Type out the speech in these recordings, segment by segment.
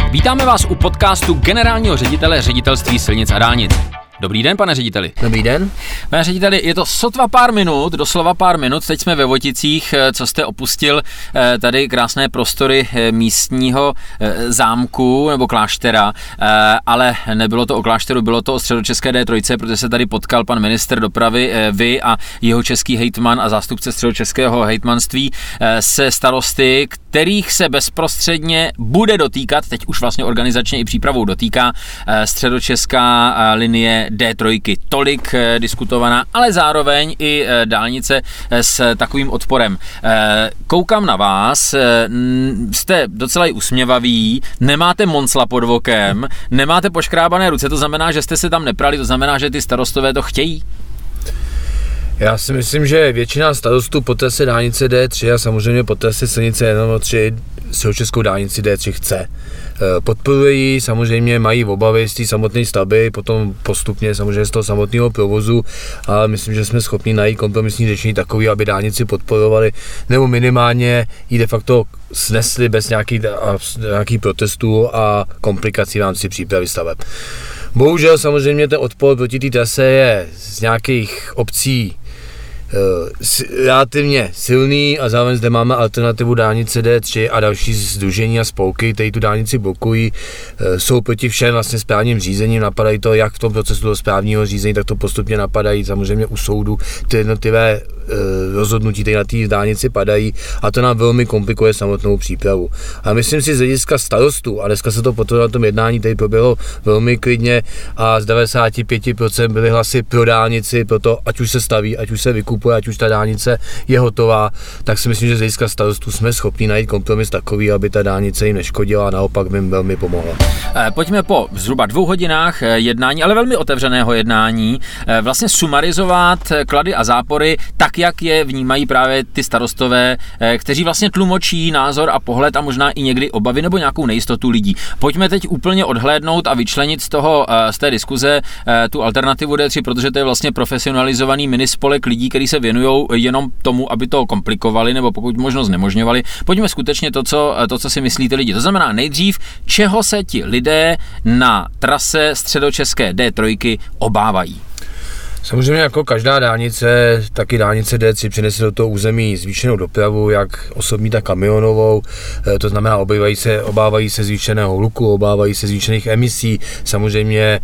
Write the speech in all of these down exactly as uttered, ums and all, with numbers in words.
Vítáme vás u podcastu generálního ředitele Ředitelství silnic a dálnic. Dobrý den, pane řediteli. Dobrý den. Pane řediteli, je to sotva pár minut, doslova pár minut, teď jsme ve Voticích, co jste opustil tady krásné prostory místního zámku nebo kláštera, ale nebylo to o klášteru, bylo to o Středočeské D tři, protože se tady potkal pan ministr dopravy, vy a jeho český hejtman a zástupce Středočeského hejtmanství se starosty, kterých se bezprostředně bude dotýkat, teď už vlastně organizačně i přípravou dotýká středočeská linie D tři, tolik diskutovaná, ale zároveň i dálnice s takovým odporem. Koukám na vás, jste docela i usměvaví, nemáte moncla pod vokem, nemáte poškrábané ruce, to znamená, že jste se tam neprali, to znamená, že ty starostové to chtějí? Já si myslím, že většina starostů po trase dálnice D tři a samozřejmě po trase silnice jedna tři středočeskou dálnici D tři chce. Podporují, samozřejmě mají obavy z té samotné stavby, potom postupně samozřejmě z toho samotného provozu, ale myslím, že jsme schopni najít kompromisní řešení takový, aby dálnici podporovali, nebo minimálně ji de facto snesli bez nějakých nějaký protestů a komplikací v rámci přípravy staveb. Bohužel samozřejmě ten odpor proti té trase je z nějakých obcí relativně silný a zároveň zde máme alternativu dálnice D tři a další sdružení a spolky, které tu dálnici blokují, jsou proti všem vlastně správním řízením, napadají to jak v tom procesu toho správního řízení, tak to postupně napadají samozřejmě u soudu, ty jednotlivé rozhodnutí, které na té dálnici padají a to nám velmi komplikuje samotnou přípravu. A myslím si z hlediska starostů, a dneska se to potvrdilo na tom jednání, tady proběhlo velmi klidně a z devadesát pět procent byly hlasy pro dálnici, proto ať už se staví, ať už se vykupuje, ať už ta dálnice je hotová, tak si myslím, že z hlediska starostů jsme schopni najít kompromis takový, aby ta dálnice jim neškodila a naopak by jim velmi pomohla. Pojďme po zhruba dvou hodinách jednání, ale velmi otevřeného jednání, vlastně sumarizovat klady a zápory tak, jak je vnímají právě ty starostové, kteří vlastně tlumočí názor a pohled a možná i někdy obavy nebo nějakou nejistotu lidí. Pojďme teď úplně odhlédnout a vyčlenit z toho, z té diskuze tu alternativu D tři, protože to je vlastně profesionalizovaný minispolek lidí, kteří se věnují jenom tomu, aby to komplikovali nebo pokud možno znemožňovali. Pojďme skutečně to, co, to, co si myslí ty lidi. To znamená nejdřív, čeho se ti lidé na trase středočeské D tři obávají. Samozřejmě jako každá dálnice, taky dálnice D tři přinese do toho území zvýšenou dopravu, jak osobní, tak kamionovou, to znamená obávají se, obávají se zvýšeného hluku, obávají se zvýšených emisí, samozřejmě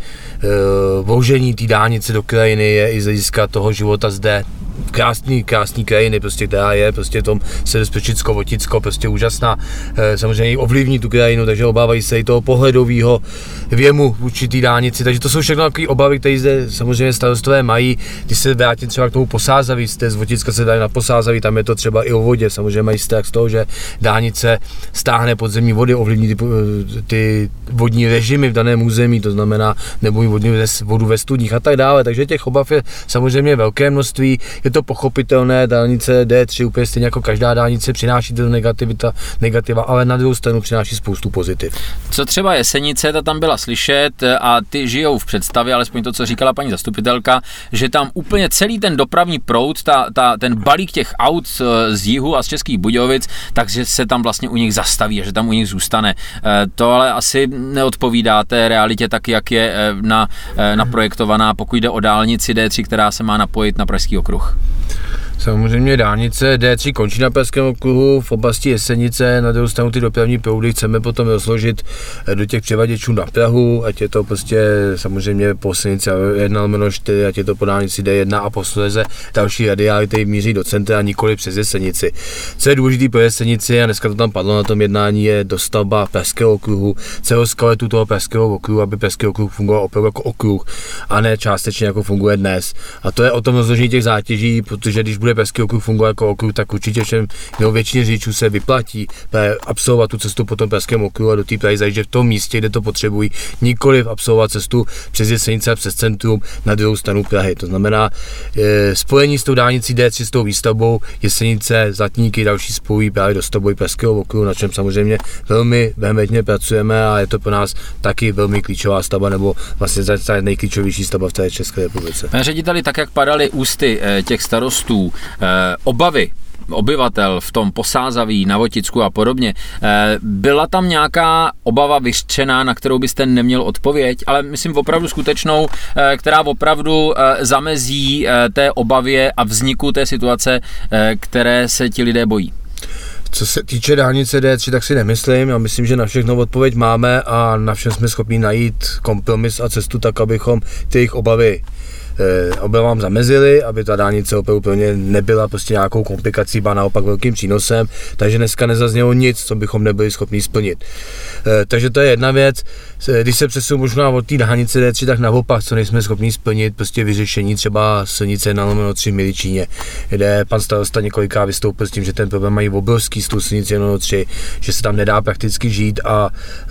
voužení té dálnice do krajiny je i z hlediska toho života zde. Krásný, krásný krajiny, prostě, která je prostě tom Sedespečicko, Voticko, prostě úžasná, samozřejmě ovlivní tu krajinu, takže obávají se i toho pohledového věmu v určitý dálnici, takže to jsou všechno takové obavy, které zde samozřejmě starostové mají. Když se vrátím třeba k tomu Posázaví, z Voticka se dají na Posázaví, tam je to třeba i o vodě, samozřejmě mají strach z toho, že dálnice stáhne podzemní vody, ovlivní ty, ty vodní režimy v daném území, to znamená nebo vodní vodu ve studních a tak dále, takže těch obav je samozřejmě velké množství. Je to pochopitelné, dálnice D tři úplně stejně jako každá dálnice přináší to negativita, negativa, ale na druhou stranu přináší spoustu pozitiv. Co třeba Jesenice, ta tam byla slyšet a ty žijou v představě, alespoň to, co říkala paní zastupitelka, že tam úplně celý ten dopravní proud, ta, ta, ten balík těch aut z jihu a z Českých Budějovic, takže se tam vlastně u nich zastaví a že tam u nich zůstane. To ale asi neodpovídá té realitě tak, jak je na, naprojektovaná, pokud jde o dálnici D tři, která se má napojit na Pražský okruh. Samozřejmě dálnice D tři končí na Pražském okruhu v oblasti Jesenice, na druhou stranu ty dopravní proudy chceme potom rozložit do těch převaděčů na Prahu, ať je to prostě samozřejmě po silnici jedna lomeno čtyři, ať je to po dálnici D jedna a posléze další radiály, které míří do centra, nikoli přes Jesenici. Co je důležité pro Jesenici, a dneska to tam padlo na tom jednání, je dostavba Pražského okruhu, celého skeletu toho Pražského okruhu, aby Pražský okruh fungoval opravdu jako okruh a ne částečně jako funguje dnes. A to je o tom rozložení těch zátěží, protože když bude Pražský okruh fungovat jako okruh, tak určitě všem, nebo většině řidičů se vyplatí absolvovat tu cestu po tom Pražském okruhu a do té Prahy zajíždět v tom místě, kde to potřebují, nikoliv absolvovat cestu přes Jesenice a přes centrum na druhou stranu Prahy. To znamená e, spojení s tou dálnicí D tři, s tou výstavbou Jesenice, Zlatníky, další spojí právě dostavbou Pražského okruhu, na čem samozřejmě velmi vehementně pracujeme a je to pro nás taky velmi klíčová stavba, nebo vlastně nejklíčovější stavba v té České republice. Pane řediteli, tak jak padaly ústy těch starostů, obavy obyvatel v tom Posázaví, na Voticku a podobně, byla tam nějaká obava vyřčená, na kterou byste neměl odpověď, ale myslím opravdu skutečnou, která opravdu zamezí té obavě a vzniku té situace, které se ti lidé bojí? Co se týče dálnice D tři, tak si nemyslím. Já myslím, že na všechno odpověď máme a na všem jsme schopni najít kompromis a cestu tak, abychom ty jejich obavy obavám zamezili, aby ta dálnice opravdu plně nebyla prostě nějakou komplikací, ba naopak velkým přínosem, takže dneska nezaznělo nic, co bychom nebyli schopni splnit. Takže to je jedna věc. Když se přesunu možná od té dálnice D tři, tak naopak, co nejsme schopni splnit, prostě vyřešení třeba silnice na lomeno tři v Miličíně, kde pan starosta několikrát vystoupil s tím, že ten problém mají obrovský s tou silnicí na lomeno tři, že se tam nedá prakticky žít a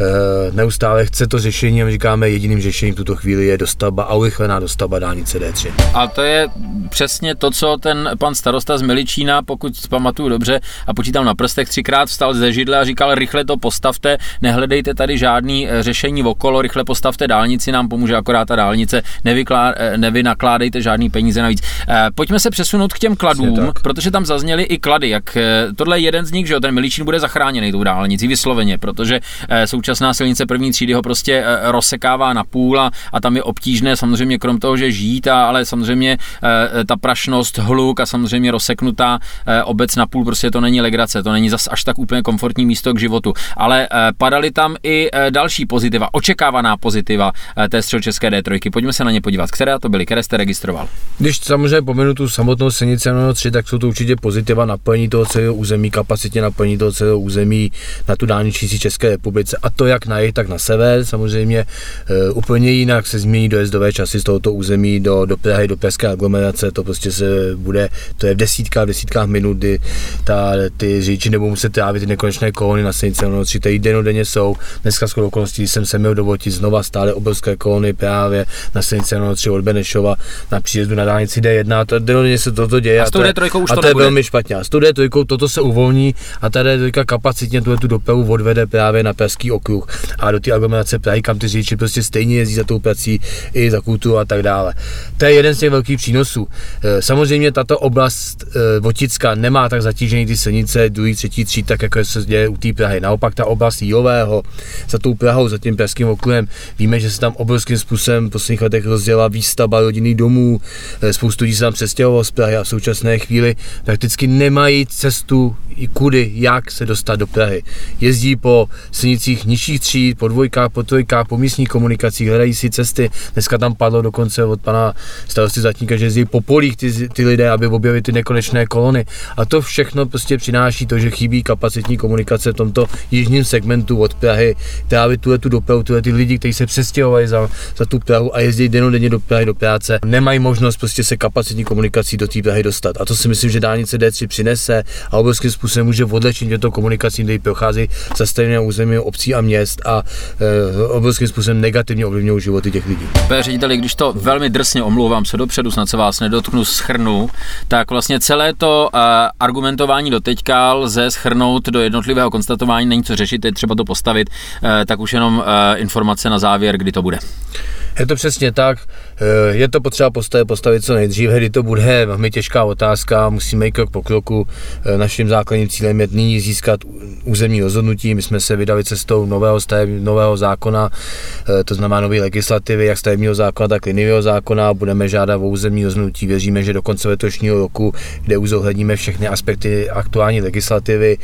e, neustále chce to řešení a my říkáme, jediným řešením v tuto chvíli je dostavba a urychlená dostavba dálnice D tři. A to je přesně to, co ten pan starosta z Miličína, pokud pamatuju dobře a počítám na prstech, třikrát vstal ze židle a říkal, rychle to postavte, nehledejte tady žádný řešení okolo, rychle postavte dálnici, nám pomůže akorát ta dálnice, nevyklá, nevynakládejte žádný peníze navíc. Pojďme se přesunout k těm kladům, protože tam zazněly i klady, jak tohle je jeden z nich, že jo, ten Miličín bude zachráněný tou dálnicí vysloveně, protože současná silnice první třídy ho prostě rozsekává na půl a, a tam je obtížné samozřejmě krom toho, že žít, a, ale samozřejmě ta prašnost, hluk a samozřejmě rozseknutá obec na půl, prostě to není legrace, to není zas až tak úplně komfortní místo k životu, ale padaly tam i další pozitiva, očekávaná pozitiva té středočeské D tři. Pojďme se na ně podívat. Které to byly, které jste registroval? Když samozřejmě pomenu tu samotnou silnici na tři, tak jsou to určitě pozitiva naplnění toho celého území, kapacitně naplnění toho celého území na tu dálniční České republice, a to jak na jih, tak na sever. Samozřejmě e, úplně jinak se změní dojezdové časy z tohoto území do, do Prahy, do pražské aglomerace, to prostě se bude, to je v desítkách, v desítkách minut, kdy ta, ty řidiči nebudou muset trávit ty nekonečné kolony na silnici na tři, tady dennodenně jsou. Dneska shodou okolností, když jsem se měl do Votic, znova stále obrovské kolony právě na silnici na tři od Benešova na příjezdu na dálnici D jedna, to dennodenně se toto děje. A s tou D tři už to, a to je velmi špatně. A s tou D tři toto se uvolní a ta D tři kapacitně tu, tu dopravu odvede právě na pražský okruh a do té aglomerace Prahy, kam ty řidiči prostě stejně jezdí za tou prací i za kulturu a tak dále. To je jeden z těch velkých přínosů. Samozřejmě tato oblast Voticka nemá tak zatížený ty silnice druhý, třetí tříd, tak jako se děje u té Prahy. Naopak ta oblast Jílového za tou Prahou, za tím pražským okruhem, víme, že se tam obrovským způsobem v posledních letech rozdělala výstavba rodinných domů, spoustu lidí se tam přestěhovalo z Prahy a v současné chvíli prakticky nemají cestu i kudy, jak se dostat do Prahy. Jezdí po silnicích nižších tříd, po dvojkách, po trojkách, po místních komunikacích, hledají si cesty. Dneska tam padlo dokonce od pana starosty Zatníka, že jezdí po polích ty, ty lidé, aby objevili ty nekonečné kolony. A to všechno prostě přináší to, že chybí kapacitní komunikace v tomto jižním segmentu od Prahy, která by tuhle tu dopravu, tuhle ty lidi, kteří se přestěhovali za, za tu Prahu a jezdí dennodenně do Prahy do práce, nemají možnost prostě se kapacitní komunikací do té Prahy dostat. A to si myslím, že dálnice D tři přinese a obrovským způsobem může odlečit těmto komunikacím, které prochází zastavené území obcí a měst a e, obrovským způsobem negativně ovlivňují životy těch lidí. Pane řediteli, když to velmi drsně omlouvám se dopředu, snad se vás nedotknu, shrnu, tak vlastně celé to uh, argumentování doteďka lze shrnout do jednotlivého konstatování, není co řešit, je třeba to postavit, uh, tak už jenom uh, informace na závěr, kdy to bude. Je to přesně tak, je to potřeba postavit, postavit co nejdříve, kdy to bude velmi těžká otázka, musíme jít krok po kroku. Naším základním cílem je nyní získat územní rozhodnutí, my jsme se vydali cestou nového, stav, nového zákona, to znamená nové legislativy, jak stavebního zákona, tak liniového zákona, budeme žádat o územní rozhodnutí, věříme, že do konce letošního roku, kde už zohledníme všechny aspekty aktuální legislativy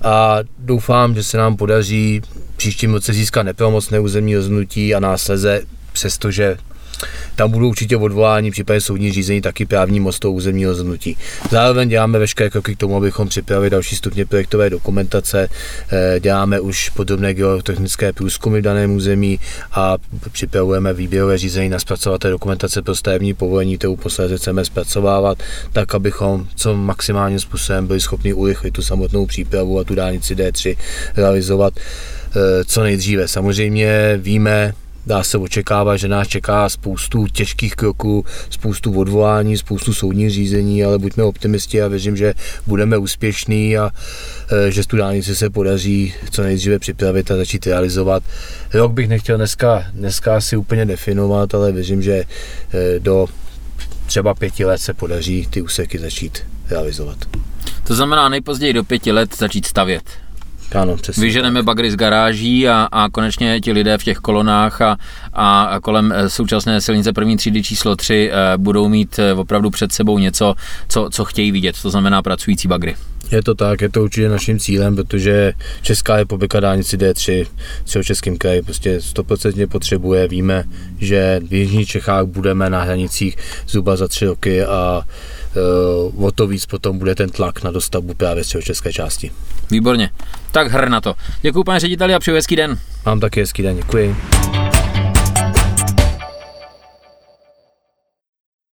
a doufám, že se nám podaří příštím roce získat nepravomocné územní rozhodnutí a následně, přestože tam budou určitě odvolání, případně soudní řízení, taky právní most toho územního rozhodnutí. Zároveň děláme veškeré kroky k tomu, abychom připravili další stupně projektové dokumentace, děláme už podrobné geotechnické průzkumy v daném území a připravujeme výběrové řízení na zpracovaté dokumentace pro stavební povolení, kterou posléze chceme zpracovávat, tak abychom co maximálním způsobem byli schopni urychlit tu samotnou přípravu a tu dálnici D tři realizovat co nejdříve. Samozřejmě víme, dá se očekávat, že nás čeká spoustu těžkých kroků, spoustu odvolání, spoustu soudních řízení, ale buďme optimisti a věřím, že budeme úspěšní a že tu dálnici se podaří co nejdříve připravit a začít realizovat. Rok bych nechtěl dneska, dneska si úplně definovat, ale věřím, že do třeba pěti let se podaří ty úseky začít realizovat. To znamená nejpozději do pěti let začít stavět. Ano, přesně. Vyženeme bagry z garáží a, a konečně ti lidé v těch kolonách a, a, a kolem současné silnice první třídy číslo tři budou mít opravdu před sebou něco, co, co chtějí vidět, to znamená pracující bagry. Je to tak, je to určitě naším cílem, protože Česká republika dálnici D tři v Českém kraji prostě stoprocentně potřebuje. Víme, že v jižních Čechách budeme na hranicích zhruba za tři roky a uh, o to víc potom bude ten tlak na dostavbu právě středočeské části. Výborně. Tak hr na to. Děkuji, pane řediteli, a přeji hezký den. Mám taky hezký den, děkuji.